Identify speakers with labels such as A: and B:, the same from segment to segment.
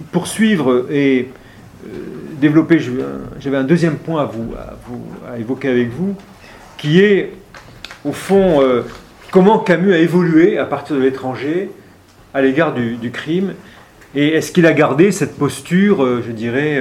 A: poursuivre et développer, j'avais un deuxième point à évoquer avec vous, qui est, au fond, comment Camus a évolué à partir de l'étranger à l'égard du crime, et est-ce qu'il a gardé cette posture, je dirais,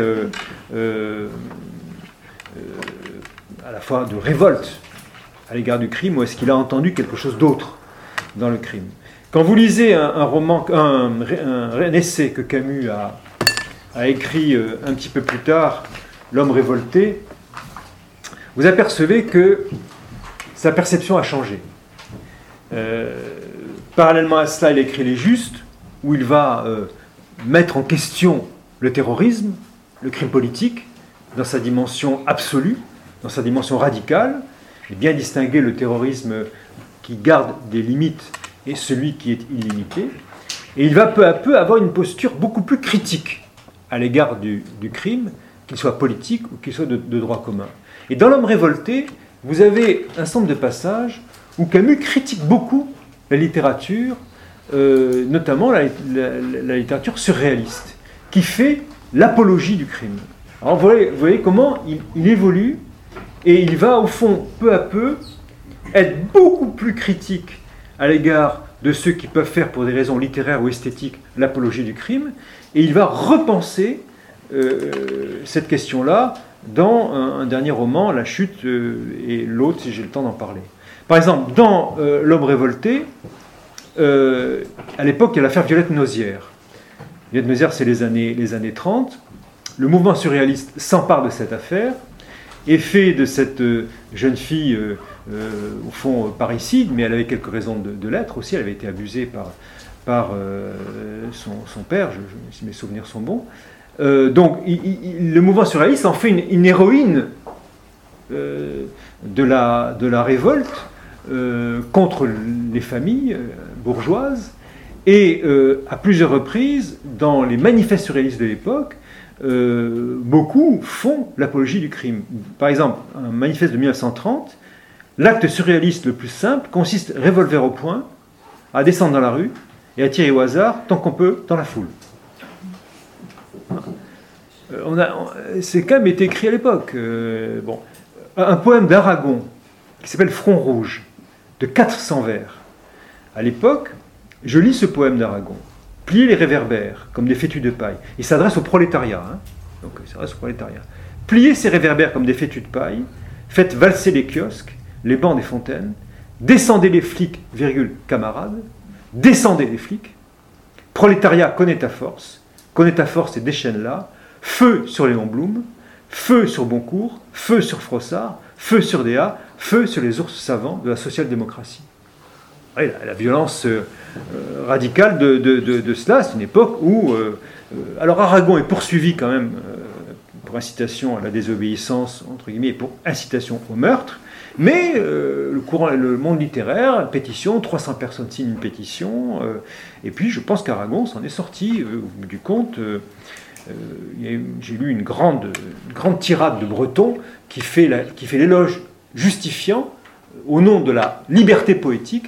A: à la fois de révolte à l'égard du crime, ou est-ce qu'il a entendu quelque chose d'autre dans le crime? Quand vous lisez un essai que Camus a écrit un petit peu plus tard, L'homme révolté, vous apercevez que sa perception a changé. Parallèlement à cela, il écrit Les Justes, où il va mettre en question le terrorisme, le crime politique, dans sa dimension absolue, dans sa dimension radicale, et bien distinguer le terrorisme qui garde des limites et celui qui est illimité. Et il va peu à peu avoir une posture beaucoup plus critique à l'égard du crime, qu'il soit politique ou qu'il soit de droit commun. Et dans L'homme révolté, vous avez un certain nombre de passages où Camus critique beaucoup la littérature, notamment la littérature surréaliste, qui fait l'apologie du crime. Alors vous voyez comment il évolue, et il va au fond, peu à peu, être beaucoup plus critique à l'égard de ceux qui peuvent faire pour des raisons littéraires ou esthétiques l'apologie du crime, et il va repenser cette question-là dans un dernier roman, La Chute, et l'autre, si j'ai le temps d'en parler. Par exemple, dans L'homme révolté, à l'époque, il y a l'affaire Violette Nozière. Violette Nozière, c'est les années 30. Le mouvement surréaliste s'empare de cette affaire et fait de cette jeune fille, au fond, parricide, mais elle avait quelques raisons de l'être aussi. Elle avait été abusée par son père, si mes souvenirs sont bons. Donc, le mouvement surréaliste en fait une héroïne de la révolte contre les familles bourgeoises, et à plusieurs reprises, dans les manifestes surréalistes de l'époque, beaucoup font l'apologie du crime. Par exemple, un manifeste de 1930, l'acte surréaliste le plus simple consiste, revolver au poing, à descendre dans la rue et à tirer au hasard tant qu'on peut dans la foule. C'est quand même été écrit à l'époque. Un poème d'Aragon qui s'appelle Front Rouge, de 400 vers. À l'époque, je lis ce poème d'Aragon. Pliez les réverbères comme des fétus de paille. Il s'adresse au prolétariat. Donc il s'adresse au prolétariat. Pliez ces réverbères comme des fétus de paille. Faites valser les kiosques, les bancs des fontaines. Descendez les flics, virgule, camarades. Descendez les flics. Prolétariat, connais ta force et déchaîne-la. Feu sur Léon Blum, feu sur Boncourt, feu sur Frossard, feu sur Déa, feu sur les ours savants de la social-démocratie. Oui, la violence radicale de cela, c'est une époque où... alors Aragon est poursuivi quand même pour incitation à la désobéissance, entre guillemets, et pour incitation au meurtre, mais le monde littéraire, pétition, 300 personnes signent une pétition, et puis je pense qu'Aragon s'en est sorti, au bout du compte... j'ai lu une grande tirade de Breton qui fait l'éloge justifiant, au nom de la liberté poétique,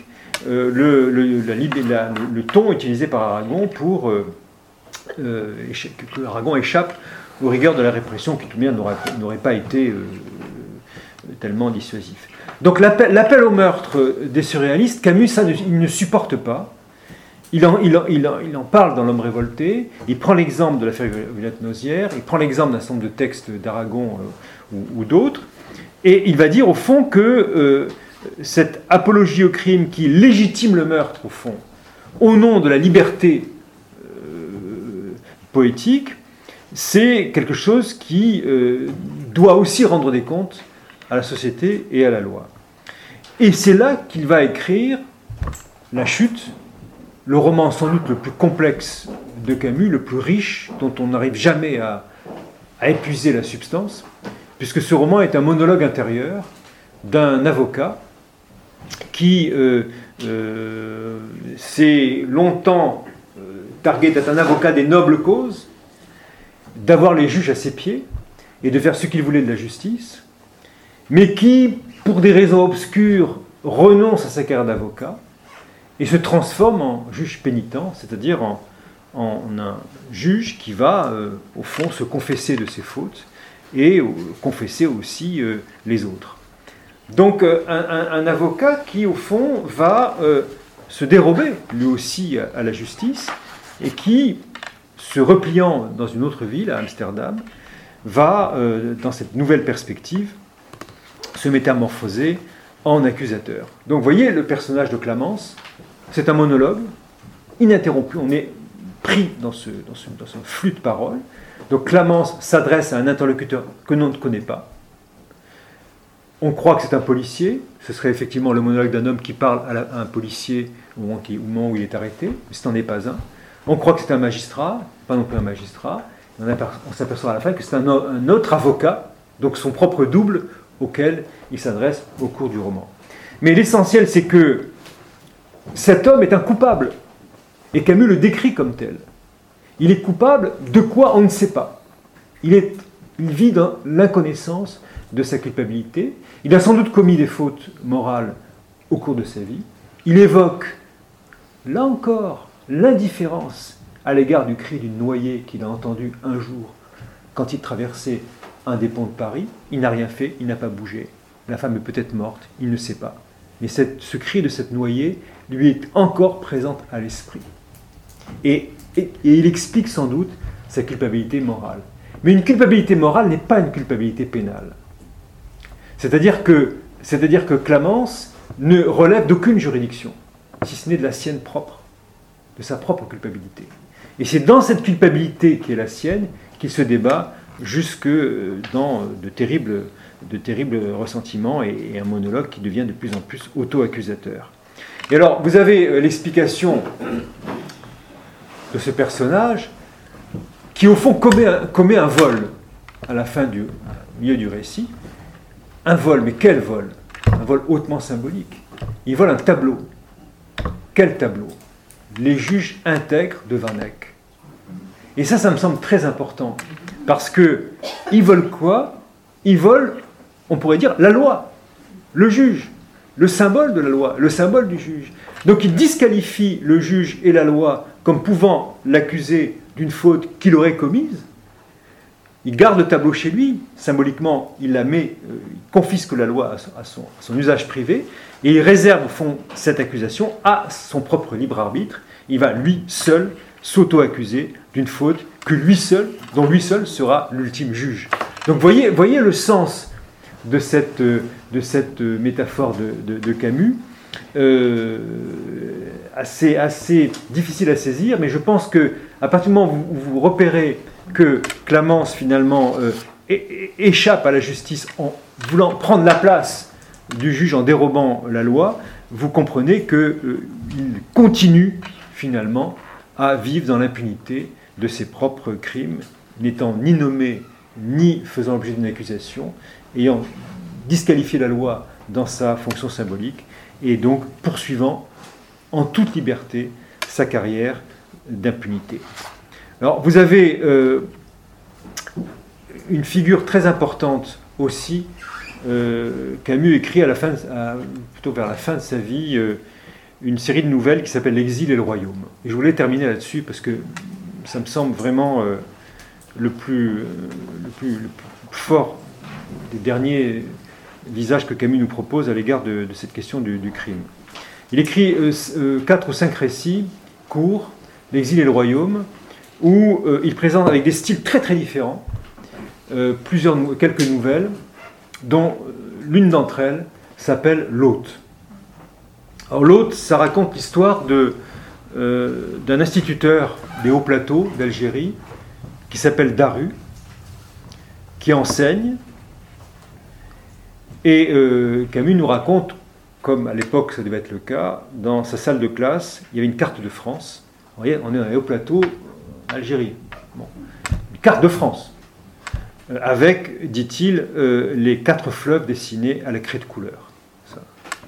A: le ton utilisé par Aragon pour que Aragon échappe aux rigueurs de la répression, qui tout de même n'aurait pas été tellement dissuasif. Donc l'appel au meurtre des surréalistes, Camus, ça, il ne supporte pas. Il en parle dans L'homme révolté, il prend l'exemple de l'affaire Violette Nozière, il prend l'exemple d'un certain nombre de textes d'Aragon ou d'autres, et il va dire au fond que cette apologie au crime qui légitime le meurtre, au fond, au nom de la liberté poétique, c'est quelque chose qui doit aussi rendre des comptes à la société et à la loi. Et c'est là qu'il va écrire La Chute, le roman sans doute le plus complexe de Camus, le plus riche, dont on n'arrive jamais à épuiser la substance, puisque ce roman est un monologue intérieur d'un avocat qui s'est longtemps targué d'être un avocat des nobles causes, d'avoir les juges à ses pieds et de faire ce qu'il voulait de la justice, mais qui, pour des raisons obscures, renonce à sa carrière d'avocat et se transforme en juge pénitent, c'est-à-dire en un juge qui va, au fond, se confesser de ses fautes et confesser aussi les autres. Donc un avocat qui, au fond, va se dérober, lui aussi, à la justice, et qui, se repliant dans une autre ville, à Amsterdam, va, dans cette nouvelle perspective, se métamorphoser en accusateur. Donc vous voyez, le personnage de Clamence, c'est un monologue ininterrompu, on est pris dans ce flux de paroles. Donc Clamence s'adresse à un interlocuteur que l'on ne connaît pas. On croit que c'est un policier, ce serait effectivement le monologue d'un homme qui parle à un policier au moment où il est arrêté, mais ce n'en est pas un. On croit que c'est un magistrat, pas non plus un magistrat. On s'aperçoit à la fin que c'est un autre avocat, donc son propre double auquel il s'adresse au cours du roman. Mais l'essentiel, c'est que cet homme est un coupable, et Camus le décrit comme tel. Il est coupable de quoi on ne sait pas. Il vit dans l'inconnaissance de sa culpabilité. Il a sans doute commis des fautes morales au cours de sa vie. Il évoque, là encore, l'indifférence à l'égard du cri d'une noyée qu'il a entendu un jour quand il traversait un des ponts de Paris. Il n'a rien fait, il n'a pas bougé. La femme est peut-être morte, il ne sait pas. Mais ce cri de cette noyée lui est encore présent à l'esprit. Et il explique sans doute sa culpabilité morale. Mais une culpabilité morale n'est pas une culpabilité pénale. C'est-à-dire que Clamence ne relève d'aucune juridiction, si ce n'est de la sienne propre, de sa propre culpabilité. Et c'est dans cette culpabilité qui est la sienne qu'il se débat jusque dans de terribles ressentiments et un monologue qui devient de plus en plus auto-accusateur. Et alors, vous avez l'explication de ce personnage qui, au fond, commet un vol à la fin du milieu du récit. Un vol, mais quel vol? Un vol hautement symbolique. Il vole un tableau. Quel tableau? Les juges intègres de Van Eyck. Et ça me semble très important, parce qu'ils volent quoi? Ils volent, on pourrait dire, la loi, le juge, le symbole de la loi, le symbole du juge. Donc ils disqualifient le juge et la loi comme pouvant l'accuser d'une faute qu'il aurait commise. Il garde le tableau chez lui, symboliquement, il confisque la loi à son usage privé, et il réserve au fond cette accusation à son propre libre arbitre. Il va lui seul s'auto-accuser d'une faute dont lui seul sera l'ultime juge. Donc voyez le sens de cette métaphore de Camus, assez difficile à saisir, mais je pense qu'à partir du moment où vous repérez que Clamence, finalement, échappe à la justice en voulant prendre la place du juge en dérobant la loi, vous comprenez qu'il continue, finalement, à vivre dans l'impunité de ses propres crimes, n'étant ni nommé, ni faisant l'objet d'une accusation, ayant disqualifié la loi dans sa fonction symbolique, et donc poursuivant en toute liberté sa carrière d'impunité. Alors, vous avez une figure très importante aussi. Camus écrit plutôt vers la fin de sa vie une série de nouvelles qui s'appelle L'Exil et le Royaume. Et je voulais terminer là-dessus parce que ça me semble vraiment le plus fort des derniers visages que Camus nous propose à l'égard de cette question du crime. Il écrit 4 ou 5 récits courts, L'Exil et le Royaume, où il présente avec des styles très très différents quelques nouvelles, dont l'une d'entre elles s'appelle L'Hôte. Alors L'Hôte, ça raconte l'histoire d'un instituteur des hauts plateaux d'Algérie qui s'appelle Daru, qui enseigne, et Camus nous raconte, comme à l'époque ça devait être le cas, dans sa salle de classe, il y avait une carte de France. Vous voyez, on est dans les hauts plateaux, Algérie. Bon. Une carte de France, avec, dit-il, les 4 fleuves dessinés à la craie de couleur. Ça.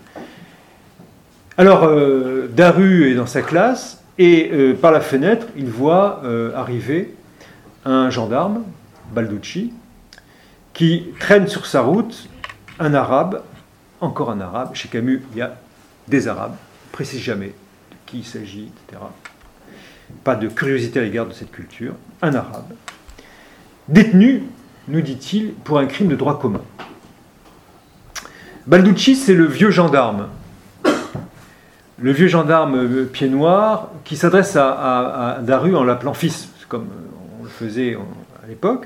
A: Alors, Daru est dans sa classe, et par la fenêtre, il voit arriver un gendarme, Balducci, qui traîne sur sa route un arabe, encore un arabe. Chez Camus, il y a des arabes, on ne précise jamais de qui il s'agit, etc. pas de curiosité à l'égard de cette culture, un arabe, détenu, nous dit-il, pour un crime de droit commun. Balducci, c'est le vieux gendarme pied noir qui s'adresse à Daru en l'appelant fils, comme on le faisait à l'époque.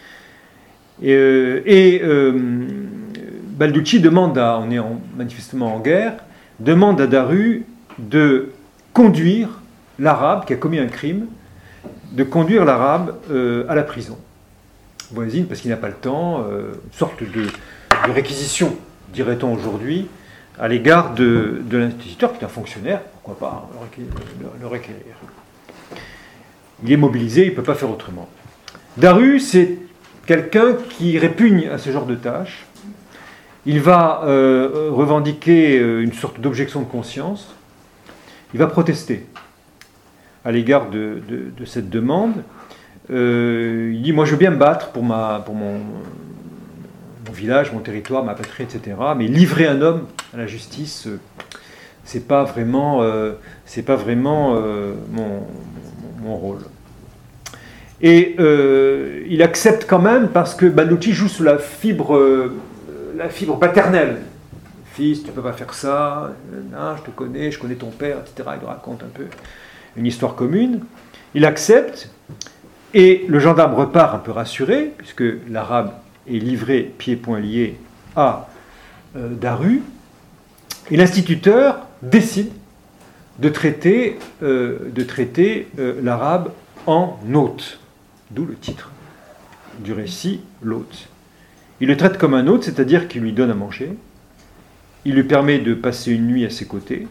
A: Balducci demande on est manifestement en guerre, demande à Daru de conduire l'arabe qui a commis un crime, de conduire l'arabe à la prison voisine parce qu'il n'a pas le temps, une sorte de réquisition, dirait-on aujourd'hui, à l'égard de l'instituteur qui est un fonctionnaire, pourquoi pas le requérir. Il est mobilisé, il ne peut pas faire autrement. Daru, c'est quelqu'un qui répugne à ce genre de tâches. Il va revendiquer une sorte d'objection de conscience. Il va protester à l'égard de cette demande. Il dit, moi je veux bien me battre pour mon village, mon territoire, ma patrie, etc. Mais livrer un homme à la justice, c'est pas vraiment mon rôle. Et il accepte quand même parce que Balducci joue sous la fibre paternelle. Fils, tu peux pas faire ça, je te connais, je connais ton père, etc. Il lui raconte un peu une histoire commune. Il accepte et le gendarme repart un peu rassuré puisque l'arabe est livré pieds et poings liés à Daru. Et l'instituteur décide de traiter l'arabe en hôte, d'où le titre du récit, l'hôte. Il le traite comme un hôte, c'est-à-dire qu'il lui donne à manger, il lui permet de passer une nuit à ses côtés,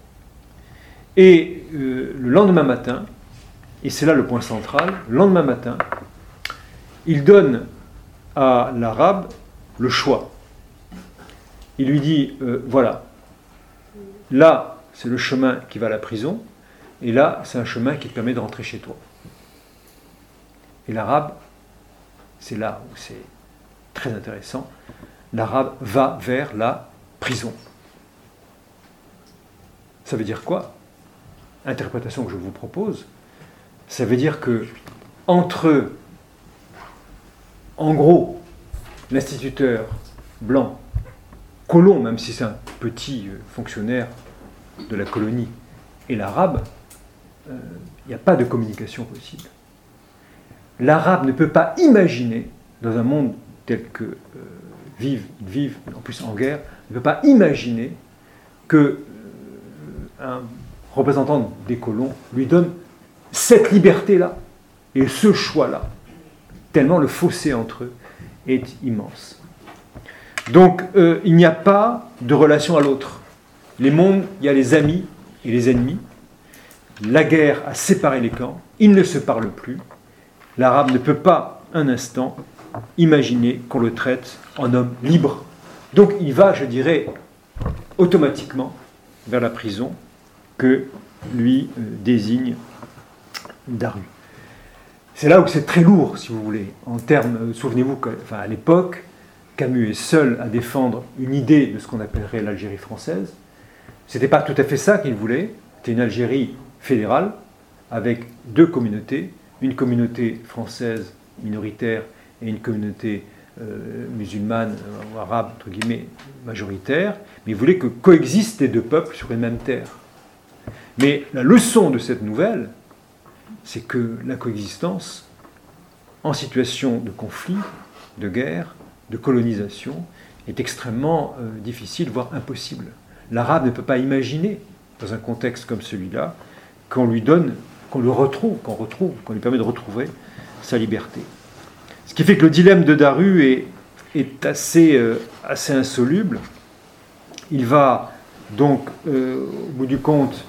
A: et le lendemain matin, et c'est là le point central, le lendemain matin, il donne à l'arabe le choix. Il lui dit, voilà, là c'est le chemin qui va à la prison, et là c'est un chemin qui te permet de rentrer chez toi. Et l'arabe, c'est là où c'est très intéressant, l'arabe va vers la prison. Ça veut dire quoi? Interprétation que je vous propose, ça veut dire que entre, en gros, l'instituteur blanc, colon, même si c'est un petit fonctionnaire de la colonie, et l'arabe, il n'y a pas de communication possible. L'arabe ne peut pas imaginer, dans un monde tel que vive en plus en guerre, ne peut pas imaginer que un représentant des colons lui donne cette liberté-là et ce choix-là, tellement le fossé entre eux est immense. Donc il n'y a pas de relation à l'autre. Les mondes, il y a les amis et les ennemis. La guerre a séparé les camps, ils ne se parlent plus. L'arabe ne peut pas un instant imaginer qu'on le traite en homme libre. Donc il va, je dirais, automatiquement vers la prison que lui désigne Daru. C'est là où c'est très lourd, si vous voulez, en termes, souvenez-vous qu'à l'époque, Camus est seul à défendre une idée de ce qu'on appellerait l'Algérie française. C'était pas tout à fait ça qu'il voulait, c'était une Algérie fédérale, avec deux communautés, une communauté française minoritaire et une communauté musulmane ou arabe, entre guillemets, majoritaire, mais il voulait que coexistent les deux peuples sur une même terre. Mais la leçon de cette nouvelle, c'est que la coexistence, en situation de conflit, de guerre, de colonisation, est extrêmement difficile, voire impossible. L'arabe ne peut pas imaginer, dans un contexte comme celui-là, qu'on lui donne, qu'on lui permet de retrouver sa liberté. Ce qui fait que le dilemme de Daru est assez insoluble. Il va donc, au bout du compte,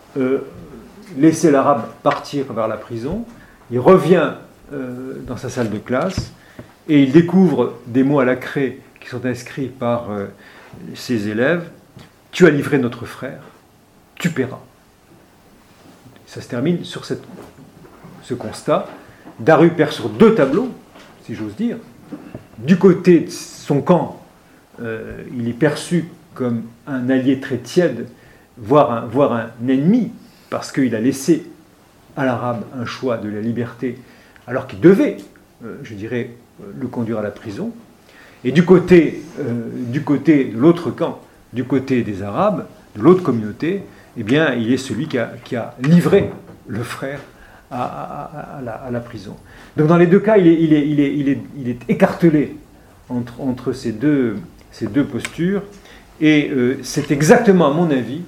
A: laisser l'arabe partir vers la prison. Il revient dans sa salle de classe et il découvre des mots à la craie qui sont inscrits par ses élèves. « Tu as livré notre frère, tu paieras ». Ça se termine sur ce constat. Daru perd sur deux tableaux, si j'ose dire. Du côté de son camp, il est perçu comme un allié très tiède, voire un ennemi, parce qu'il a laissé à l'arabe un choix de la liberté, alors qu'il devait, je dirais, le conduire à la prison. Et du côté de l'autre camp, du côté des Arabes, de l'autre communauté, eh bien, il est celui qui a livré le frère à la prison. Donc dans les deux cas, il est écartelé entre ces deux postures, et c'est exactement, à mon avis,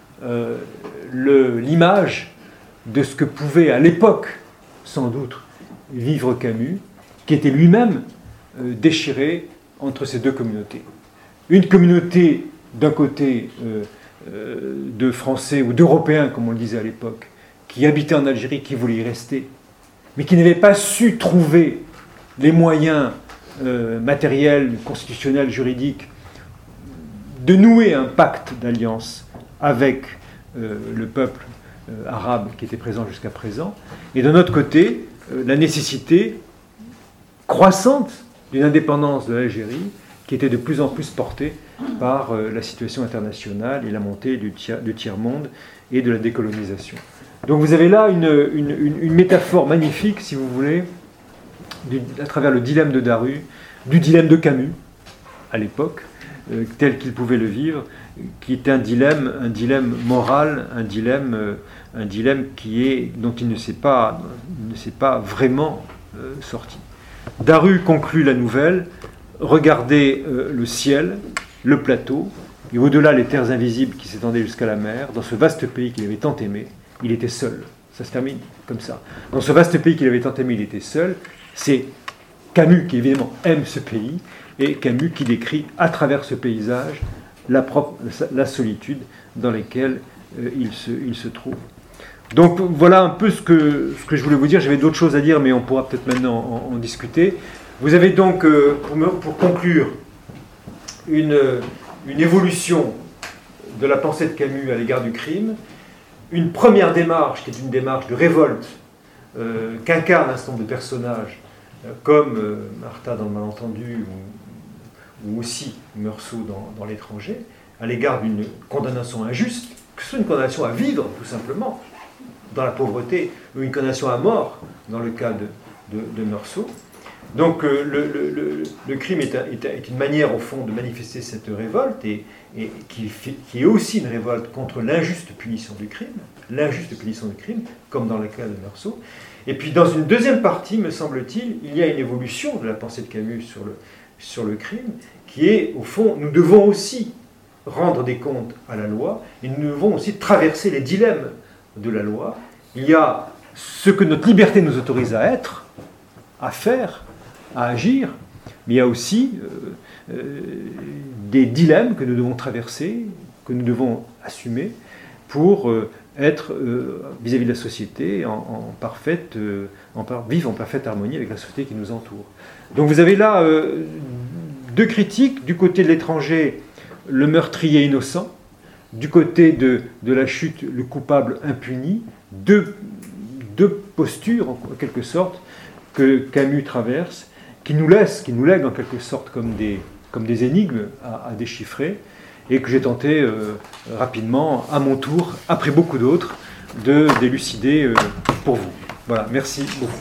A: l'image de ce que pouvait à l'époque, sans doute, vivre Camus, qui était lui-même déchiré entre ces deux communautés. Une communauté, d'un côté, de Français ou d'Européens, comme on le disait à l'époque, qui habitaient en Algérie, qui voulaient y rester, mais qui n'avaient pas su trouver les moyens matériels, constitutionnels, juridiques, de nouer un pacte d'alliance avec le peuple arabe qui était présent jusqu'à présent, et d'un autre côté, la nécessité croissante d'une indépendance de l'Algérie qui était de plus en plus portée par la situation internationale et la montée du tiers-monde et de la décolonisation. Donc vous avez là une métaphore magnifique, si vous voulez, à travers le dilemme de Daru, du dilemme de Camus, à l'époque, tel qu'il pouvait le vivre, qui est un dilemme moral, un dilemme dont il ne s'est pas vraiment sorti. Daru conclut la nouvelle: regardez le ciel, le plateau, et au-delà les terres invisibles qui s'étendaient jusqu'à la mer. Dans ce vaste pays qu'il avait tant aimé, il était seul. Ça se termine comme ça. Dans ce vaste pays qu'il avait tant aimé, il était seul. C'est Camus qui évidemment aime ce pays, et Camus qui décrit à travers ce paysage la solitude dans laquelle il se trouve. Donc voilà un peu ce que je voulais vous dire. J'avais d'autres choses à dire, mais on pourra peut-être maintenant en discuter. Vous avez donc, pour conclure, une évolution de la pensée de Camus à l'égard du crime, une première démarche qui est une démarche de révolte qu'incarne un certain nombre de personnages, comme Martha dans Le Malentendu ou aussi Meursault dans L'étranger, à l'égard d'une condamnation injuste, que ce soit une condamnation à vivre, tout simplement, dans la pauvreté, ou une condamnation à mort, dans le cas de Meursault. Donc le crime est une manière, au fond, de manifester cette révolte, et qui est aussi une révolte contre l'injuste punition du crime, comme dans le cas de Meursault. Et puis dans une deuxième partie, me semble-t-il, il y a une évolution de la pensée de Camus sur le crime, qui est, au fond, nous devons aussi rendre des comptes à la loi, et nous devons aussi traverser les dilemmes de la loi. Il y a ce que notre liberté nous autorise à être, à faire, à agir, mais il y a aussi des dilemmes que nous devons traverser, que nous devons assumer pour être vis-à-vis de la société vivre en parfaite harmonie avec la société qui nous entoure. Donc vous avez là deux critiques: du côté de L'étranger, le meurtrier innocent; du côté de la chute, le coupable impuni. Deux postures, en quelque sorte, que Camus traverse, qui nous lèguent en quelque sorte comme des énigmes à déchiffrer, et que j'ai tenté rapidement, à mon tour, après beaucoup d'autres, d'élucider pour vous. Voilà, merci beaucoup.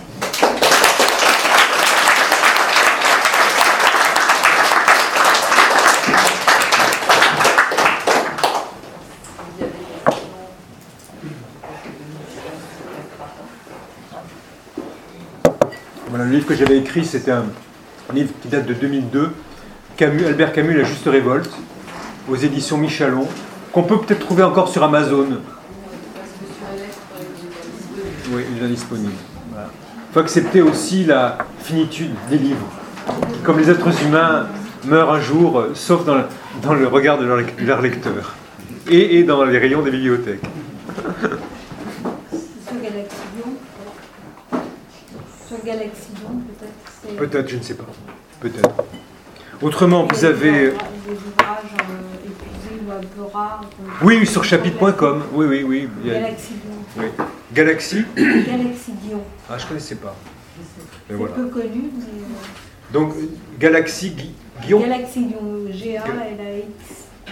A: Voilà, le livre que j'avais écrit, c'était un livre qui date de 2002, Albert Camus, La Juste Révolte, aux éditions Michalon, qu'on peut peut-être trouver encore sur Amazon. Oui, il est disponible. Voilà. Il faut accepter aussi la finitude des livres. Comme les êtres humains meurent un jour, sauf dans le regard de leur lecteur, et dans les rayons des bibliothèques.
B: Galaxion, peut-être.
A: Peut-être, je ne sais pas. Peut-être. Autrement, vous avez...
B: Des ouvrages épuisés ou un peu rares.
A: Oui, sur chapitre.com. Oui.
B: Galaxion.
A: Oui. Galaxie
B: Galaxion.
A: Ah, je ne connaissais pas.
B: C'est voilà. Peu connu, mais...
A: Donc, Galaxie Guion.
B: Galaxion, G-A-L-A-X.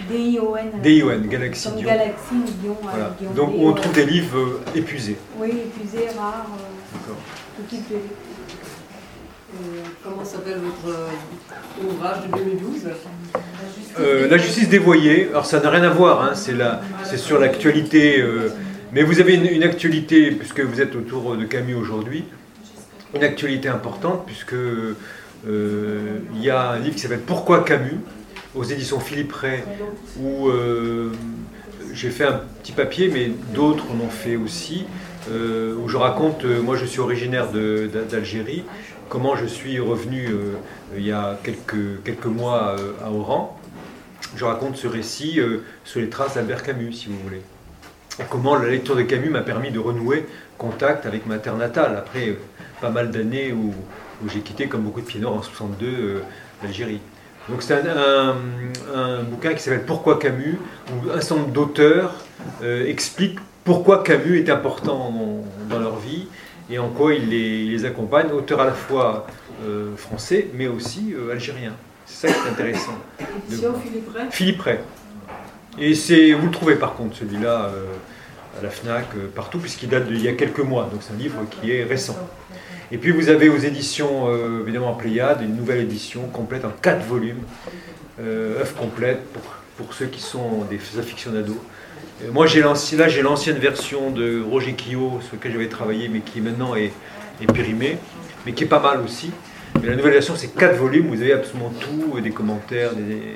B: D-I-O-N.
A: D-I-O-n, Galaxie
B: Comme
A: Dion.
B: Galaxie ou Dion.
A: Voilà.
B: Dion
A: Donc
B: D,
A: on trouve des livres épuisés.
B: Oui, épuisés, rares.
A: D'accord.
B: Tout type de livres.
C: Comment s'appelle votre ouvrage de 2012
A: La justice dévoyée, alors ça n'a rien à voir, hein, c'est sur l'actualité, mais vous avez une actualité, puisque vous êtes autour de Camus aujourd'hui, une actualité importante, puisque il y a un livre qui s'appelle Pourquoi Camus, aux éditions Philippe Ray, où j'ai fait un petit papier, mais d'autres en ont fait aussi, où je raconte, moi je suis originaire d'Algérie, comment je suis revenu il y a quelques mois à Oran. Je raconte ce récit sur les traces d'Albert Camus, si vous voulez. Et comment la lecture de Camus m'a permis de renouer contact avec ma terre natale, après pas mal d'années où j'ai quitté, comme beaucoup de pieds noirs en 62, l'Algérie. Donc c'est un bouquin qui s'appelle Pourquoi Camus, où un certain nombre d'auteurs expliquent pourquoi Camus est important dans leur vie, et en quoi il les accompagne, auteur à la fois français, mais aussi algérien. C'est ça qui est intéressant.
C: Édition Philippe Ray.
A: Philippe Ray. Et vous le trouvez par contre, celui-là, à la FNAC, partout, puisqu'il date d'il y a quelques mois, donc c'est un livre qui est récent. Et puis vous avez aux éditions, évidemment en Pléiade, une nouvelle édition complète en 4 volumes, œuvre complète pour ceux qui sont des aficionados. Moi, j'ai l'ancienne version de Roger Quillot, sur laquelle j'avais travaillé, mais qui maintenant est périmée, mais qui est pas mal aussi. Mais la nouvelle version, c'est 4 volumes, vous avez absolument tout, des commentaires,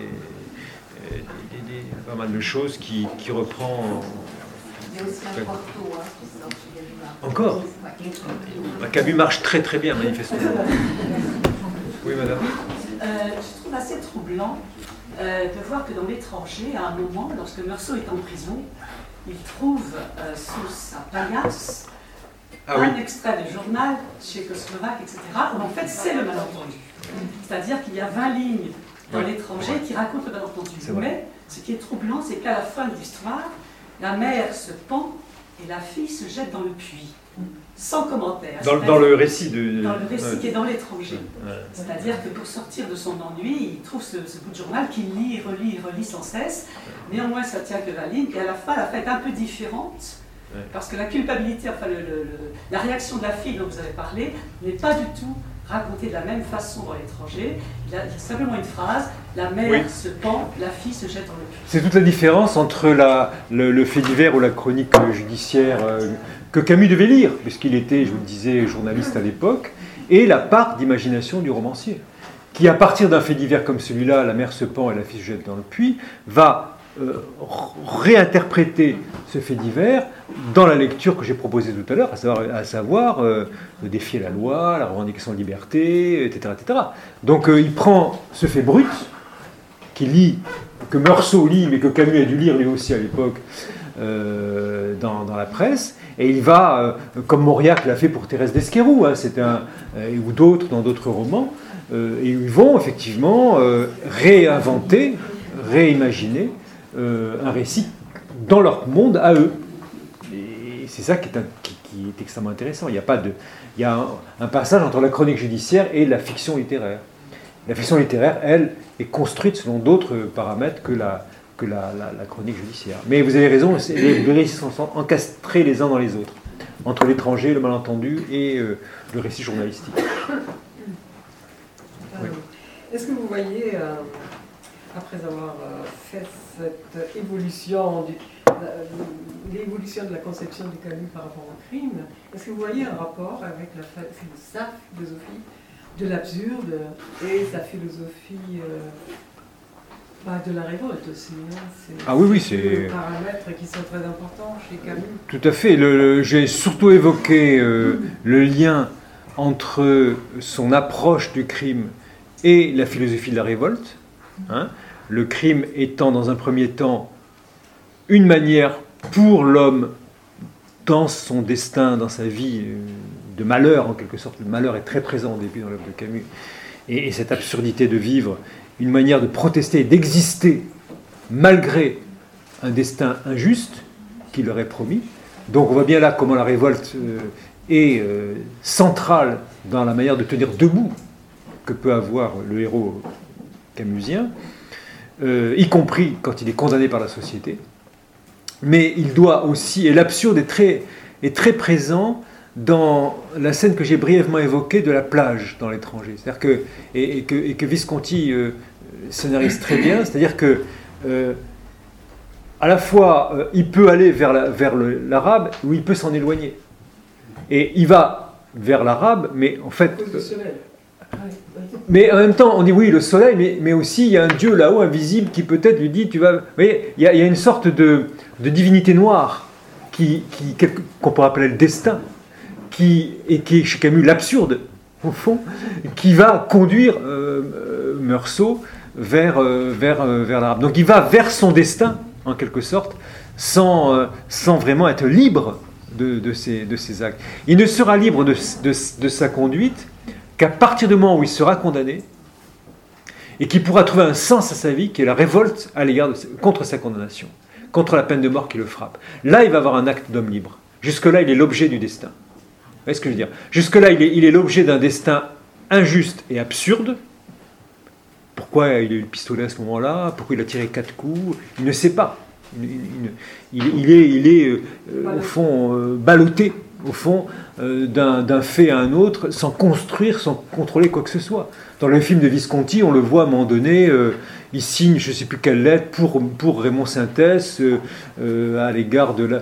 A: pas mal de choses qui reprend.
D: Il y a aussi un porto, qui sort chez Gallimard.
A: Encore Camus marche très très bien, manifestement. Oui, madame.
E: Je trouve assez troublant de voir que dans l'étranger, à un moment, lorsque Meursault est en prison, il trouve sous sa paillasse un extrait de journal tchécoslovaque, etc., où en fait c'est le malentendu. C'est-à-dire qu'il y a 20 lignes dans l'étranger qui racontent le malentendu. Mais ce qui est troublant, c'est qu'à la fin de l'histoire, la mère se pend et la fille se jette dans le puits, sans commentaire.
A: Dans le récit
E: Dans le récit qui est dans l'étranger. C'est-à-dire que pour sortir de son ennui, il trouve ce bout de journal qu'il lit, relit sans cesse. Néanmoins, ça tient que 20 lignes. Et à la fin, la fin est un peu différente. Parce que la culpabilité, enfin la réaction de la fille dont vous avez parlé, n'est pas du tout racontée de la même façon dans l'étranger. Il y a simplement une phrase, la mère se pend, la fille se jette dans le puits.
A: C'est toute la différence entre le fait divers ou la chronique judiciaire que Camus devait lire, puisqu'il était, je vous le disais, journaliste à l'époque, et la part d'imagination du romancier, qui à partir d'un fait divers comme celui-là, la mère se pend et la fille se jette dans le puits, va réinterpréter ce fait divers dans la lecture que j'ai proposée tout à l'heure, à savoir défier la loi, la revendication de liberté, etc. etc. Donc il prend ce fait brut, qu'il lit, que Meursault lit, mais que Camus a dû lire lui aussi à l'époque dans la presse, et il va, comme Mauriac l'a fait pour Thérèse d'Esquerroux, ou d'autres dans d'autres romans, et ils vont effectivement réinventer, réimaginer un récit dans leur monde à eux. Et c'est ça qui est extrêmement intéressant. Il y a un passage entre la chronique judiciaire et la fiction littéraire. La fiction littéraire, elle, est construite selon d'autres paramètres que la chronique judiciaire. Mais vous avez raison, les récits sont encastrés les uns dans les autres, entre l'étranger, le malentendu et le récit journalistique. Oui.
C: Est-ce que vous voyez, après avoir fait cette évolution, l'évolution de la conception du Camus par rapport au crime, est-ce que vous voyez un rapport avec sa philosophie de l'absurde et sa philosophie de la révolte aussi,
A: Ah oui,
C: c'est des paramètres qui sont très importants chez Camus.
A: Tout à fait. J'ai surtout évoqué le lien entre son approche du crime et la philosophie de la révolte. Le crime étant dans un premier temps une manière pour l'homme dans son destin, dans sa vie de malheur en quelque sorte. Le malheur est très présent au début dans l'œuvre de Camus. Et cette absurdité de vivre, une manière de protester et d'exister malgré un destin injuste qu'il leur est promis. Donc on voit bien là comment la révolte est centrale dans la manière de tenir debout que peut avoir le héros camusien. y compris quand il est condamné par la société. Mais il doit aussi, et l'absurde est très présent dans la scène que j'ai brièvement évoquée de la plage dans l'étranger. C'est-à-dire que Visconti scénarise très bien, c'est-à-dire que à la fois il peut aller vers l'arabe ou il peut s'en éloigner. Et il va vers l'arabe, mais en fait... Mais en même temps, on dit oui, le soleil, mais aussi il y a un dieu là-haut, invisible, qui peut-être lui dit, tu vas... Vous voyez, il y a une sorte de divinité noire qu'on pourrait appeler le destin, qui est chez Camus l'absurde, au fond, qui va conduire Meursault vers l'arabe. Donc il va vers son destin, en quelque sorte, sans vraiment être libre de ses actes. Il ne sera libre de sa conduite qu'à partir du moment où il sera condamné et qu'il pourra trouver un sens à sa vie qui est la révolte à l'égard contre sa condamnation, contre la peine de mort qui le frappe. Là, il va avoir un acte d'homme libre. Jusque-là, il est l'objet du destin. Vous voyez ce que je veux dire ? Jusque-là, il est l'objet d'un destin injuste et absurde. Pourquoi il a eu le pistolet à ce moment-là ? Pourquoi il a tiré 4 coups ? Il ne sait pas. Il est au fond, ballotté, au fond, d'un fait à un autre, sans construire, sans contrôler quoi que ce soit. Dans le film de Visconti, on le voit à un moment donné, il signe je ne sais plus quelle lettre pour Raymond Sintès à l'égard de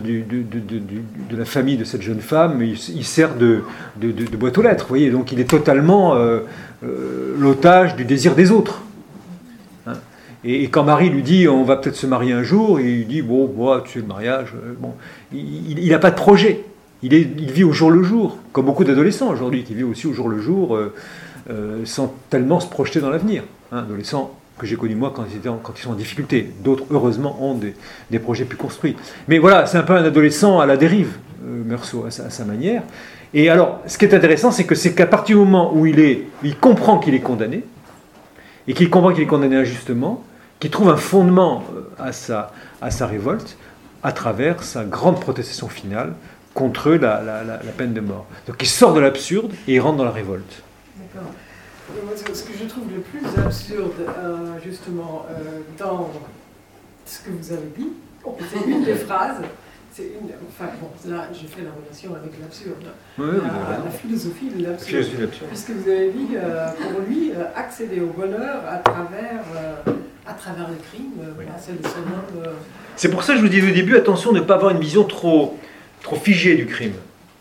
A: la famille de cette jeune femme. Il sert de boîte aux lettres, vous voyez. Donc il est totalement l'otage du désir des autres. Et quand Marie lui dit on va peut-être se marier un jour, il dit bon, tu sais, le mariage, bon, il n'a pas de projet. Il vit au jour le jour, comme beaucoup d'adolescents aujourd'hui qui vivent aussi au jour le jour, sans tellement se projeter dans l'avenir. Adolescents que j'ai connus moi quand ils sont en difficulté. D'autres, heureusement, ont des projets plus construits. Mais voilà, c'est un peu un adolescent à la dérive, Meursault, à sa manière. Et alors, ce qui est intéressant, c'est qu'à partir du moment où il comprend qu'il est condamné, et qu'il comprend qu'il est condamné injustement, qu'il trouve un fondement à sa révolte à travers sa grande protestation finale contre la peine de mort. Donc il sort de l'absurde et il rentre dans la révolte.
C: D'accord. Ce que je trouve le plus absurde, justement, dans ce que vous avez dit, c'est une des phrases, là, je fais la relation avec l'absurde, la philosophie de l'absurde. Puisque vous avez dit, pour lui, accéder au bonheur à travers le crime, c'est le summum.
A: C'est pour ça que je vous dis au début, attention de ne pas avoir une vision trop figée du crime.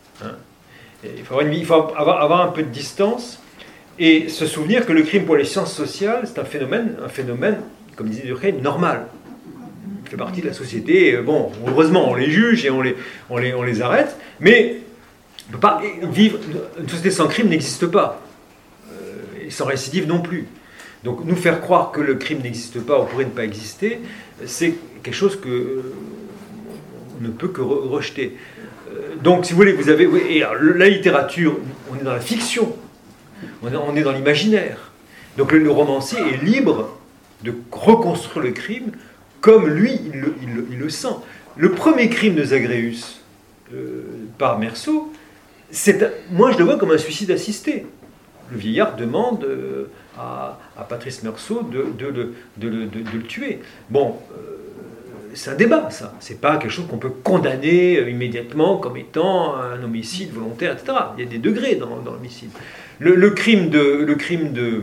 A: Il faut avoir un peu de distance et se souvenir que le crime pour les sciences sociales, c'est un phénomène, comme disait Durkheim, normal. Il fait partie de la société. Bon, heureusement, on les juge et on les arrête, mais on ne peut pas vivre. Une société sans crime n'existe pas. Et sans récidive non plus. Donc, nous faire croire que le crime n'existe pas ou pourrait ne pas exister, c'est quelque chose que on ne peut que rejeter. Donc, si vous voulez, vous avez. Et la littérature, on est dans la fiction, on est dans l'imaginaire. Donc, le romancier est libre de reconstruire le crime comme lui, il le sent. Le premier crime de Zagreus par Meursault, moi je le vois comme un suicide assisté. Le vieillard demande à Patrice Meursault de le tuer. Bon, c'est un débat, ça. C'est pas quelque chose qu'on peut condamner immédiatement comme étant un homicide volontaire, etc. Il y a des degrés dans l'homicide. Le crime de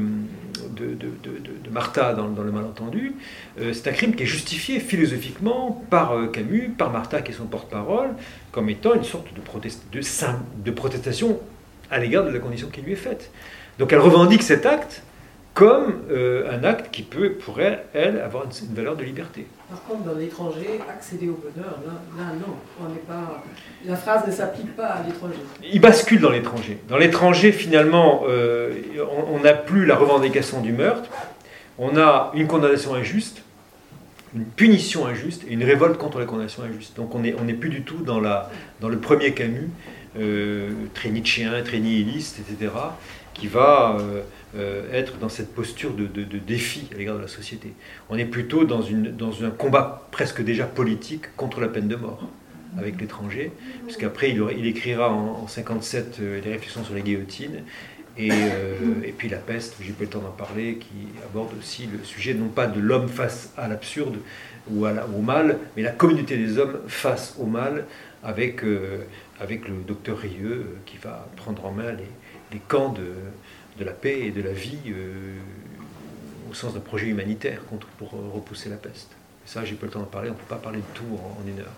A: Martha dans Le Malentendu, c'est un crime qui est justifié philosophiquement par Camus, par Martha qui est son porte-parole, comme étant une sorte de protestation à l'égard de la condition qui lui est faite. Donc elle revendique cet acte comme un acte qui pourrait, elle, avoir une valeur de liberté.
C: Par contre, dans l'étranger, accéder au bonheur, là non, on n'est pas... La phrase ne s'applique pas à l'étranger.
A: Il bascule dans l'étranger. Dans l'étranger, finalement, on n'a plus la revendication du meurtre, on a une condamnation injuste, une punition injuste et une révolte contre la condamnation injuste. Donc on n'est plus du tout dans le premier Camus, très nietzschéen, très nihiliste, etc., qui va être dans cette posture de défi à l'égard de la société. On est plutôt dans un combat presque déjà politique contre la peine de mort avec l'étranger, puisqu'après il écrira en 1957 des réflexions sur les guillotines, Et puis la peste, j'ai pas eu le temps d'en parler, qui aborde aussi le sujet non pas de l'homme face à l'absurde ou au mal, mais la communauté des hommes face au mal, avec le docteur Rieu qui va prendre en main les camps de la paix et de la vie au sens d'un projet humanitaire pour repousser la peste. Et ça, j'ai pas eu le temps d'en parler, on ne peut pas parler de tout en une heure.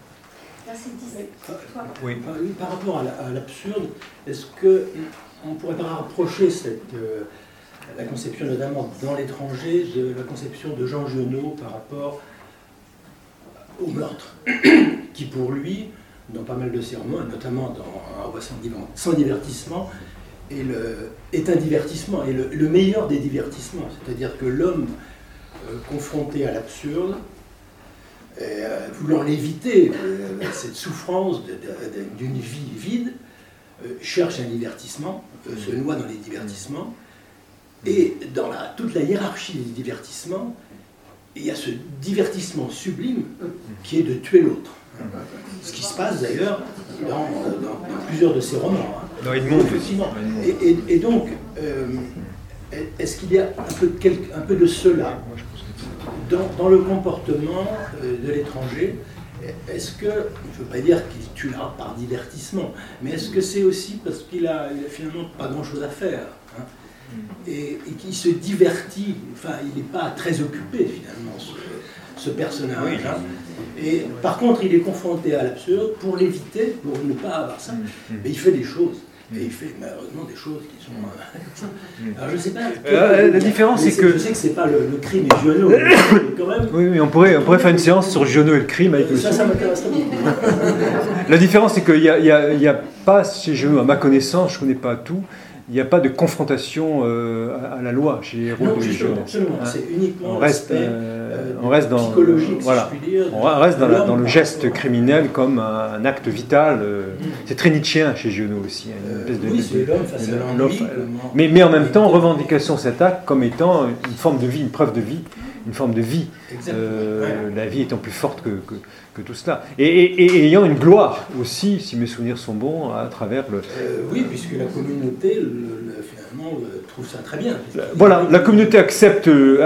F: Oui. Par rapport à l'absurde, est-ce qu'on ne pourrait pas rapprocher la conception, notamment dans l'étranger, de la conception de Jean Genot par rapport au meurtre, qui pour lui, dans pas mal de ses romans, et notamment dans Un roi sans divertissement, est un divertissement, et le meilleur des divertissements. C'est-à-dire que l'homme confronté à l'absurde, voulant l'éviter, cette souffrance d'une vie vide, cherche un divertissement, se noie dans les divertissements, et dans toute la hiérarchie des divertissements, il y a ce divertissement sublime qui est de tuer l'autre. Ce qui se passe d'ailleurs dans plusieurs de ses romans.
A: Dans Edmond,
F: effectivement. Et donc, est-ce qu'il y a un peu de cela dans le comportement de l'étranger? Est-ce que, je ne veux pas dire qu'il tue là par divertissement, mais est-ce que c'est aussi parce qu'il a finalement pas grand-chose à faire, hein, et qu'il se divertit, enfin il n'est pas très occupé finalement ce personnage, oui, hein. Et par contre il est confronté à l'absurde pour l'éviter, pour ne pas avoir ça, mais il fait des choses. Et il fait malheureusement des choses qui sont... Alors je ne sais pas...
A: la différence c'est que...
F: Je sais que ce n'est pas le crime et Giono, mais quand même...
A: Oui, mais on pourrait faire une séance sur Giono et le crime avec le
F: ça m'intéresserait beaucoup.
A: La différence c'est qu'il n'y a pas chez Giono, à ma connaissance, je ne connais pas tout, il n'y a pas de confrontation à la loi chez les héros de Giono.
F: Absolument, c'est uniquement
A: on reste dans,
F: psychologique,
A: voilà,
F: si je puis dire.
A: On reste dans le geste criminel comme un acte vital. C'est très nietzschéen chez Giono aussi.
F: Oui, c'est l'homme face à l'ennui.
A: Mais en même temps, revendication de cet acte comme étant une forme de vie, une preuve de vie, une forme de vie. La vie étant plus forte que tout cela. Et ayant une gloire aussi, si mes souvenirs sont bons, à travers le...
F: oui, puisque la communauté, finalement, trouve ça très bien.
A: Voilà, la communauté accepte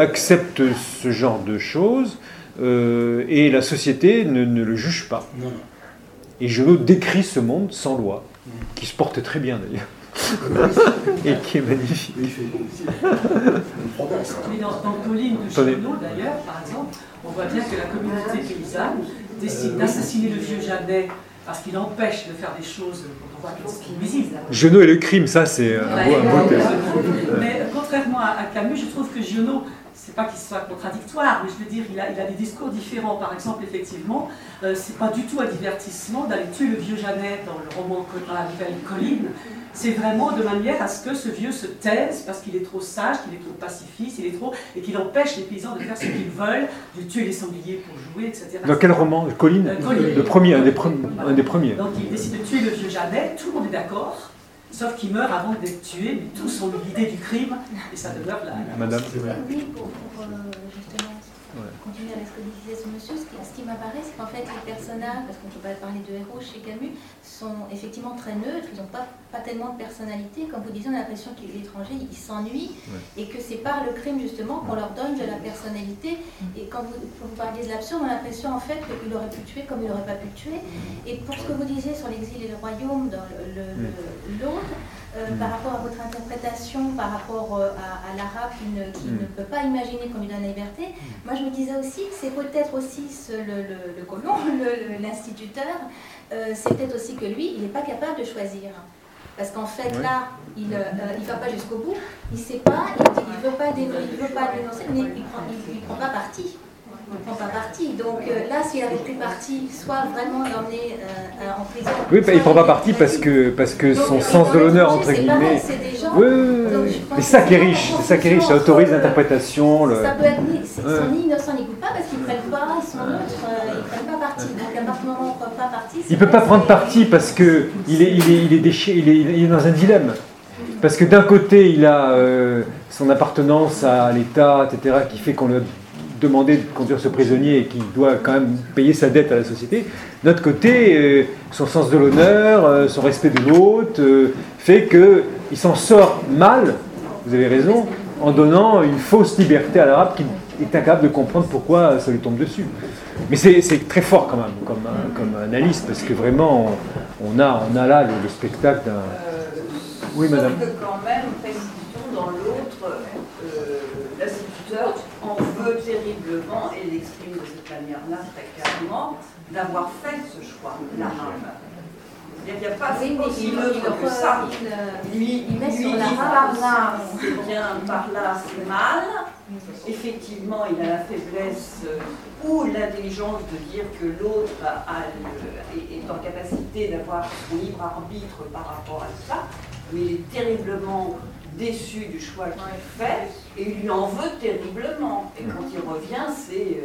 A: ce genre de choses, et la société ne le juge pas.
F: Non.
A: Et Giono décrit ce monde sans loi, qui se porte très bien d'ailleurs. Et qui est magnifique.
E: Mais dans Colline de Giono, d'ailleurs, par exemple, on voit bien que la communauté paysanne décide d'assassiner le vieux Jeannet parce qu'il empêche de faire des choses dont on voit qu'ils sont nuisibles.
A: Giono et le crime, ça c'est un beau thème.
E: Mais contrairement à Camus, je trouve que Giono, c'est pas qu'il soit contradictoire, mais je veux dire, il a des discours différents. Par exemple, effectivement, c'est pas du tout un divertissement d'aller tuer le vieux Jeannet dans le roman à la nouvelle Colline. C'est vraiment de manière à ce que ce vieux se taise parce qu'il est trop sage, qu'il est trop pacifiste, et qu'il empêche les paysans de faire ce qu'ils veulent, de tuer les sangliers pour jouer, etc.
A: Dans quel roman? Colline,
E: Colline.
A: Le premier, un des premiers.
E: Donc il décide de tuer le vieux Jeannet, tout le monde est d'accord, sauf qu'il meurt avant d'être tué, mais tous ont l'idée du crime, et ça demeure là.
A: Madame.
B: Oui, pour justement continuer avec ce que disait ce monsieur, ce qui m'apparaît, c'est qu'en fait les personnages, parce qu'on ne peut pas parler de héros chez Camus, sont effectivement très neutres, ils n'ont pas tellement de personnalité. Comme vous disiez, on a l'impression que l'étranger, il s'ennuie, et que c'est par le crime justement qu'on leur donne de la personnalité. Et quand vous parliez de l'absurde, on a l'impression en fait qu'il aurait pu tuer comme il n'aurait pas pu tuer. Et pour ce que vous disiez sur l'exil et le royaume, dans l'autre, par rapport à votre interprétation, par rapport à l'arabe qui ne peut pas imaginer qu'on lui donne la liberté, moi je me disais aussi que c'est peut-être aussi le colon, l'instituteur, c'est peut-être aussi que lui, il n'est pas capable de choisir. Parce qu'en fait là, il ne va pas jusqu'au bout, il ne sait pas, il ne veut pas dénoncer, mais il ne prend pas parti. Il ne prend pas parti. Donc là, s'il avait pris parti, soit vraiment l'emmener en prison.
A: Oui, il ne prend pas parti parce que donc, son sens de l'honneur, entre guillemets.
B: Oui,
A: mais c'est ça qui est riche, ça autorise l'interprétation.
B: Ça peut être ni innocent ni coupable parce qu'ils ne prennent pas, ils sont neutres, ils ne prennent pas parti. Donc à partir du moment où on ne prend pas parti.
A: Il ne peut pas prendre parti parce qu'il est dans un dilemme. Parce que d'un côté, il a son appartenance à l'État, etc., qui fait qu'on lui a demandé de conduire ce prisonnier et qu'il doit quand même payer sa dette à la société. De l'autre côté, son sens de l'honneur, son respect de l'autre, fait que il s'en sort mal, vous avez raison, en donnant une fausse liberté à l'arabe qui est incapable de comprendre pourquoi ça lui tombe dessus. Mais c'est très fort quand même, comme analyse, parce que vraiment, on a là le spectacle d'un... Oui, madame.
G: Sauf que quand même, précision dans l'autre, l'instituteur en veut terriblement, et l'exprime de cette manière-là très clairement, d'avoir fait ce choix, l'arabe. Il n'y a pas aussi neutre que ça. Lui
B: il met
G: dit
B: sur l'arabe
G: par là c'est bien, par là c'est mal. Effectivement, il a la faiblesse ou l'intelligence de dire que l'autre est en capacité d'avoir son libre arbitre par rapport à ça, mais il est terriblement déçu du choix qu'il fait et il lui en veut terriblement. Et quand il revient, c'est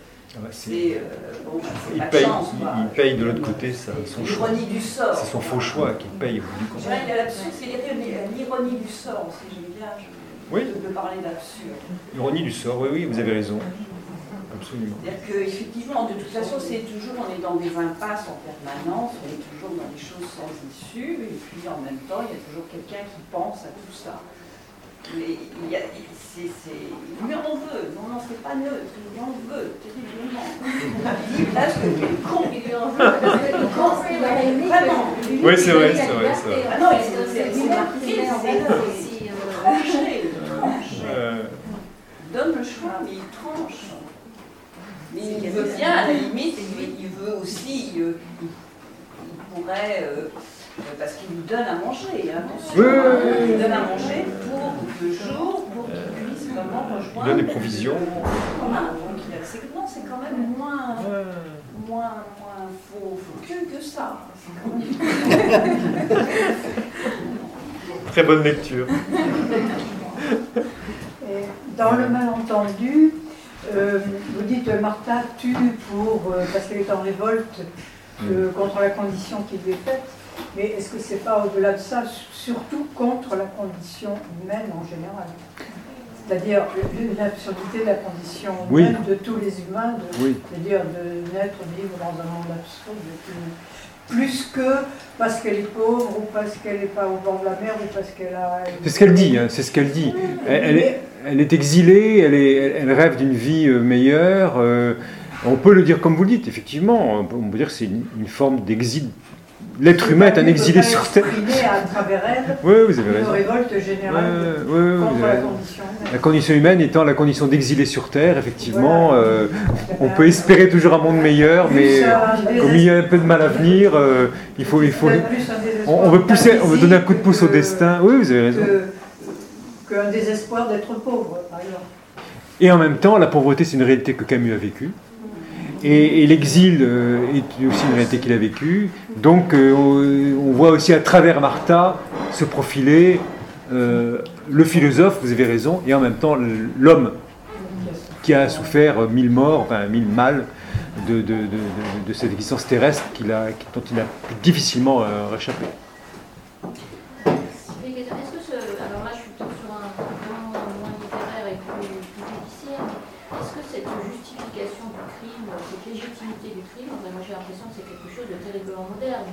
G: la chance.
A: Il paye de l'autre côté son choix.
G: L'ironie du sort.
A: C'est son faux choix qu'il paye au bout du compte.
G: Il y a l'absurde, c'est l'ironie du sort aussi, j'aime bien de parler d'absurde.
A: L'ironie du sort, oui, vous avez raison. Absolument.
G: C'est-à-dire qu'effectivement, de toute façon, on est dans des impasses en permanence, on est toujours dans des choses sans issue, et puis en même temps, il y a toujours quelqu'un qui pense à tout ça. Mais il lui en veut, non, c'est pas neutre, il lui en veut, terriblement. Il dit, là, ce que le con, il lui en veut, parce que le con, il a aimé. Vraiment.
A: Oui, c'est vrai.
G: Ah non, c'est marqué, c'est tranché, donne le choix, mais il tranche. Mais il veut bien, à la limite, il veut aussi, il pourrait, parce qu'il lui donne à manger, attention, il lui donne à manger pour le jour, pour qu'il puisse vraiment rejoindre.
A: Il donne des provisions.
G: Voilà, donc c'est quand même moins faux que ça.
A: Très bonne lecture.
H: Et dans le malentendu, vous dites Martha tue parce qu'elle est en révolte contre la condition qui lui est faite, mais est-ce que c'est pas au-delà de ça, surtout contre la condition humaine en général? C'est-à-dire l'absurdité de la condition humaine de tous les humains, c'est-à-dire de naître vivre dans un monde absurde, plus que parce qu'elle est pauvre ou parce qu'elle n'est pas au bord de la mer ou parce qu'elle a...
A: C'est ce qu'elle dit, c'est ce qu'elle dit. Elle est exilée, elle rêve d'une vie meilleure. On peut le dire comme vous le dites, effectivement. On peut dire que c'est une forme d'exil. L'être humain est un exilé sur Terre.
H: À travers elle,
A: oui, vous avez raison.
H: Une révolte générale contre la condition humaine.
A: La condition humaine étant la condition d'exilé sur Terre, effectivement. Voilà. On peut espérer toujours un monde meilleur, mais comme il y a un peu de mal à venir, il faut on veut donner un coup de pouce au destin. Oui, vous avez raison.
H: Qu'un désespoir d'être pauvre, par exemple.
A: Et en même temps, la pauvreté, c'est une réalité que Camus a vécue. Et l'exil est aussi une réalité qu'il a vécue. Donc on voit aussi à travers Martha se profiler le philosophe, vous avez raison, et en même temps l'homme qui a souffert 1000 morts, 1000 mal de cette existence terrestre dont il a pu difficilement réchapper.
B: Alors là je suis plutôt sur un plan moins littéraire et plus judiciaire, mais est-ce que cette justification du crime, cette légitimité du crime, moi j'ai l'impression que c'est quelque chose de terriblement moderne.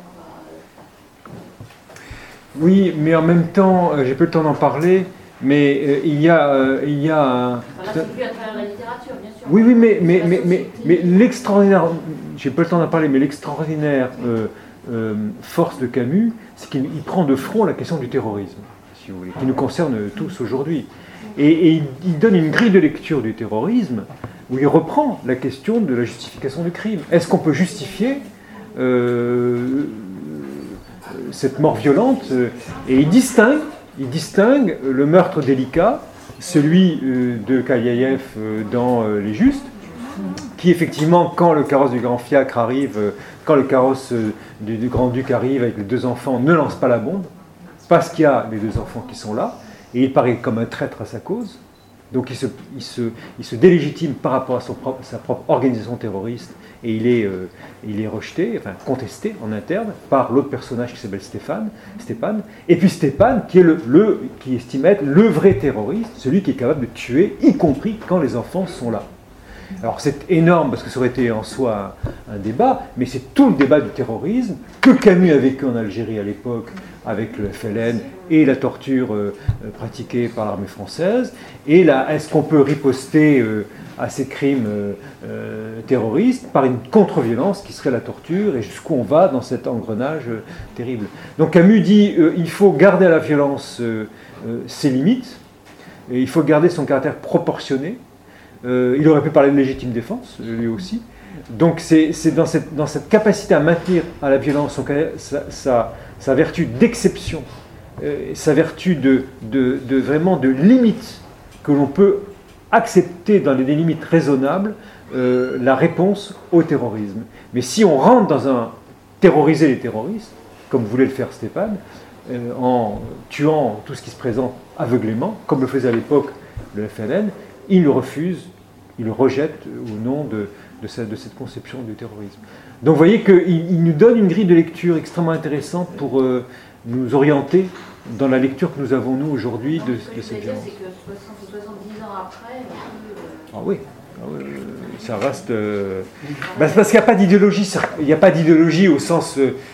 A: Oui, mais en même temps, j'ai peu le temps d'en parler, mais il y a
B: là, c'est plus à travers la littérature, bien sûr.
A: Oui, mais l'extraordinaire, j'ai peu le temps d'en parler, mais l'extraordinaire force de Camus, c'est qu'il prend de front la question du terrorisme, si vous voulez, qui nous concerne tous aujourd'hui. Et il donne une grille de lecture du terrorisme où il reprend la question de la justification du crime. Est-ce qu'on peut justifier cette mort violente? Et il distingue le meurtre délicat, celui de Kaliaïev dans Les Justes, qui effectivement, quand le carrosse du grand fiacre arrive, quand le carrosse du grand-duc arrive avec les deux enfants, ne lance pas la bombe, parce qu'il y a les deux enfants qui sont là, et il paraît comme un traître à sa cause. Donc il se délégitime par rapport à sa propre organisation terroriste, et il est rejeté, enfin contesté en interne par l'autre personnage qui s'appelle Stéphane, et puis Stéphane qui est qui estime être le vrai terroriste, celui qui est capable de tuer, y compris quand les enfants sont là. Alors c'est énorme parce que ça aurait été en soi un débat, mais c'est tout le débat du terrorisme que Camus a vécu en Algérie à l'époque avec le FLN et la torture pratiquée par l'armée française. Et là, est-ce qu'on peut riposter à ces crimes terroristes par une contre-violence qui serait la torture, et jusqu'où on va dans cet engrenage terrible. Donc Camus dit il faut garder à la violence ses limites, et il faut garder son caractère proportionné. Il aurait pu parler de légitime défense, lui aussi. Donc c'est dans cette capacité à maintenir à la violence sa vertu d'exception, sa vertu vraiment de limite, que l'on peut accepter dans des limites raisonnables la réponse au terrorisme. Mais si on rentre dans un terroriser les terroristes, comme voulait le faire Stéphane, en tuant tout ce qui se présente aveuglément, comme le faisait à l'époque le FLN, il le refuse, il le rejette au nom de cette conception du terrorisme. Donc vous voyez qu'il nous donne une grille de lecture extrêmement intéressante pour nous orienter dans la lecture que nous avons, nous, aujourd'hui, de cette violence.
B: C'est que 70 ans après...
A: Ah oui, ça reste... parce qu'il n'y a pas d'idéologie, il n'y a pas d'idéologie au sens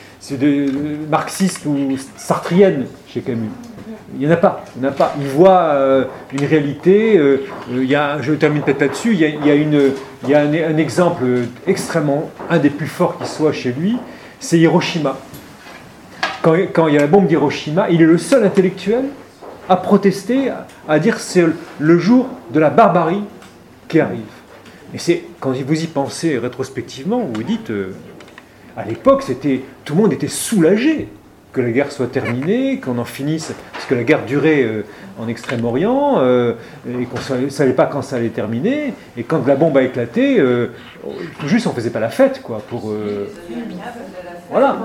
A: marxiste ou sartrienne chez Camus. Il n'y en a pas. Il voit une réalité. Je termine peut-être là-dessus. Il y a un exemple extrêmement, un des plus forts qui soit chez lui, c'est Hiroshima. Quand il y a la bombe d'Hiroshima, il est le seul intellectuel à protester, à dire c'est le jour de la barbarie qui arrive. Et c'est quand vous y pensez rétrospectivement, vous vous dites, à l'époque, tout le monde était soulagé que la guerre soit terminée, qu'on en finisse, parce que la guerre durait en Extrême-Orient, et qu'on ne savait pas quand ça allait terminer, et quand la bombe a éclaté, tout juste on ne faisait pas la fête, quoi, pour... Voilà.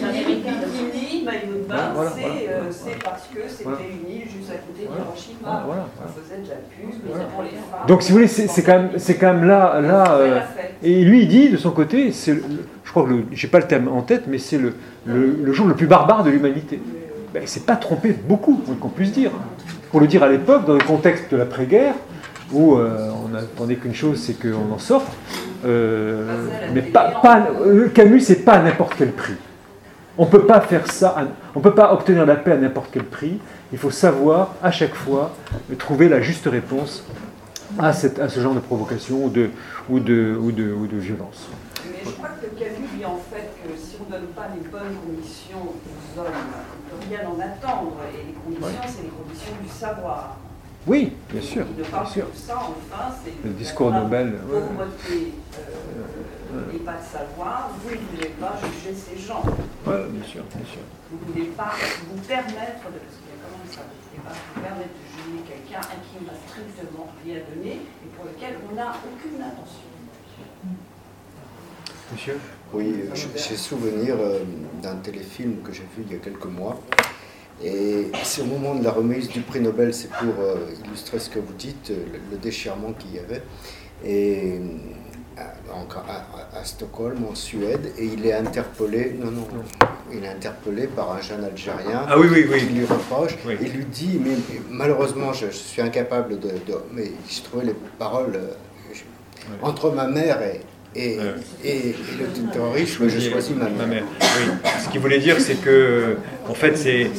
G: C'est parce que c'était une île juste à côté d'Hiroshima. On faisait de la pub pour les femmes.
A: Donc si vous voulez, c'est quand même là et lui il dit de son côté, je crois que j'ai pas le terme en tête, mais c'est le jour le plus barbare de l'humanité. Ben, c'est pas trompé beaucoup, qu'on puisse dire. Pour le dire à l'époque, dans le contexte de l'après-guerre, où on n'attendait qu'une chose, c'est qu'on en sorte. Mais Camus, c'est pas à n'importe quel prix. On ne peut pas faire ça, on ne peut pas obtenir la paix à n'importe quel prix. Il faut savoir, à chaque fois, trouver la juste réponse à ce genre de provocation ou de violence.
G: Mais je crois que Camus dit en fait que si on ne donne pas les bonnes conditions aux hommes, on ne peut rien en attendre. Et les conditions, c'est les conditions du savoir.
A: Oui, bien sûr.
G: Il ne parle que de ça, enfin, c'est
A: le discours Nobel.
G: Pauvreté et pas de savoir, vous ne voulez pas juger ces gens.
A: Oui, bien sûr.
G: Vous ne voulez pas vous permettre de... Parce qu'il y a quand même ça. Vous ne voulez pas vous permettre de juger quelqu'un à qui on n'a strictement rien donné et pour lequel on n'a aucune intention.
A: Monsieur ?
I: Oui, j'ai souvenir d'un téléfilm que j'ai vu il y a quelques mois. Et c'est au moment de la remise du prix Nobel, c'est pour illustrer ce que vous dites, le déchirement qu'il y avait. Et donc à Stockholm, en Suède, et il est interpellé, il est interpellé par un jeune Algérien qui lui reproche. Il lui dit, mais malheureusement, je suis incapable mais je trouvais les paroles entre ma mère et le terrorisme, je choisis ma mère.
A: Oui. Ce qu'il voulait dire, c'est que, en fait,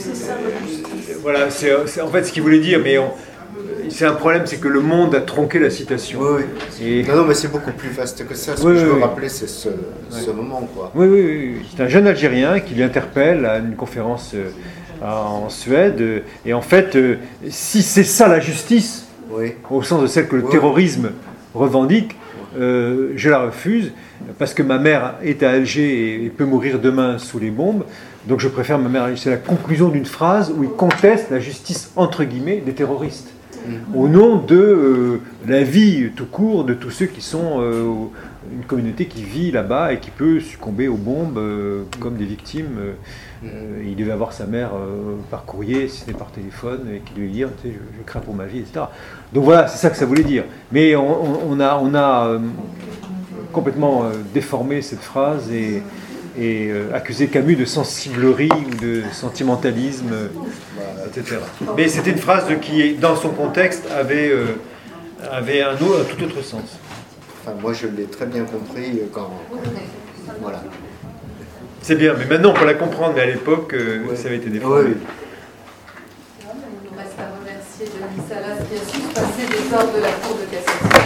A: en fait, ce qu'il voulait dire, mais c'est un problème, c'est que le monde a tronqué la citation.
I: Oui. Non, mais c'est beaucoup plus vaste que ça. Ce que je veux rappeler, c'est ce moment, quoi.
A: Oui. C'est un jeune Algérien qui lui interpelle à une conférence en Suède. Et en fait, si c'est ça la justice, au sens de celle que le terrorisme revendique, je la refuse parce que ma mère est à Alger et peut mourir demain sous les bombes, donc je préfère ma mère. C'est la conclusion d'une phrase où il conteste la justice entre guillemets des terroristes au nom de la vie tout court de tous ceux qui sont une communauté qui vit là-bas et qui peut succomber aux bombes comme des victimes. Il devait avoir sa mère par courrier, si ce n'est par téléphone, et qui devait dire je crains pour ma vie, etc. Donc voilà, c'est ça que ça voulait dire. Mais on a complètement déformé cette phrase et accusé Camus de sensiblerie ou de sentimentalisme, etc. Mais c'était une phrase qui, dans son contexte, avait un tout autre sens.
I: enfin, moi je l'ai très bien compris quand voilà.
A: C'est bien, mais maintenant on peut la comprendre, mais à l'époque, ça avait été déformé.
I: Oui.
D: Il reste à remercier Denis Salas qui a su passer des ordres de la Cour de cassation.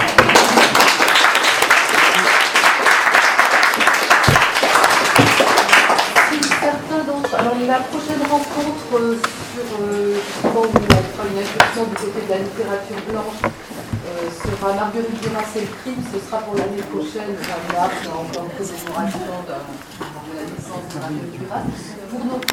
D: Alors la prochaine rencontre justement, où on fera une incursion du côté de la littérature blanche sera Marguerite Duras et le crime. Ce sera pour l'année prochaine. Là, c'est encore une commémoration de la naissance de Marguerite Duras. Pour nos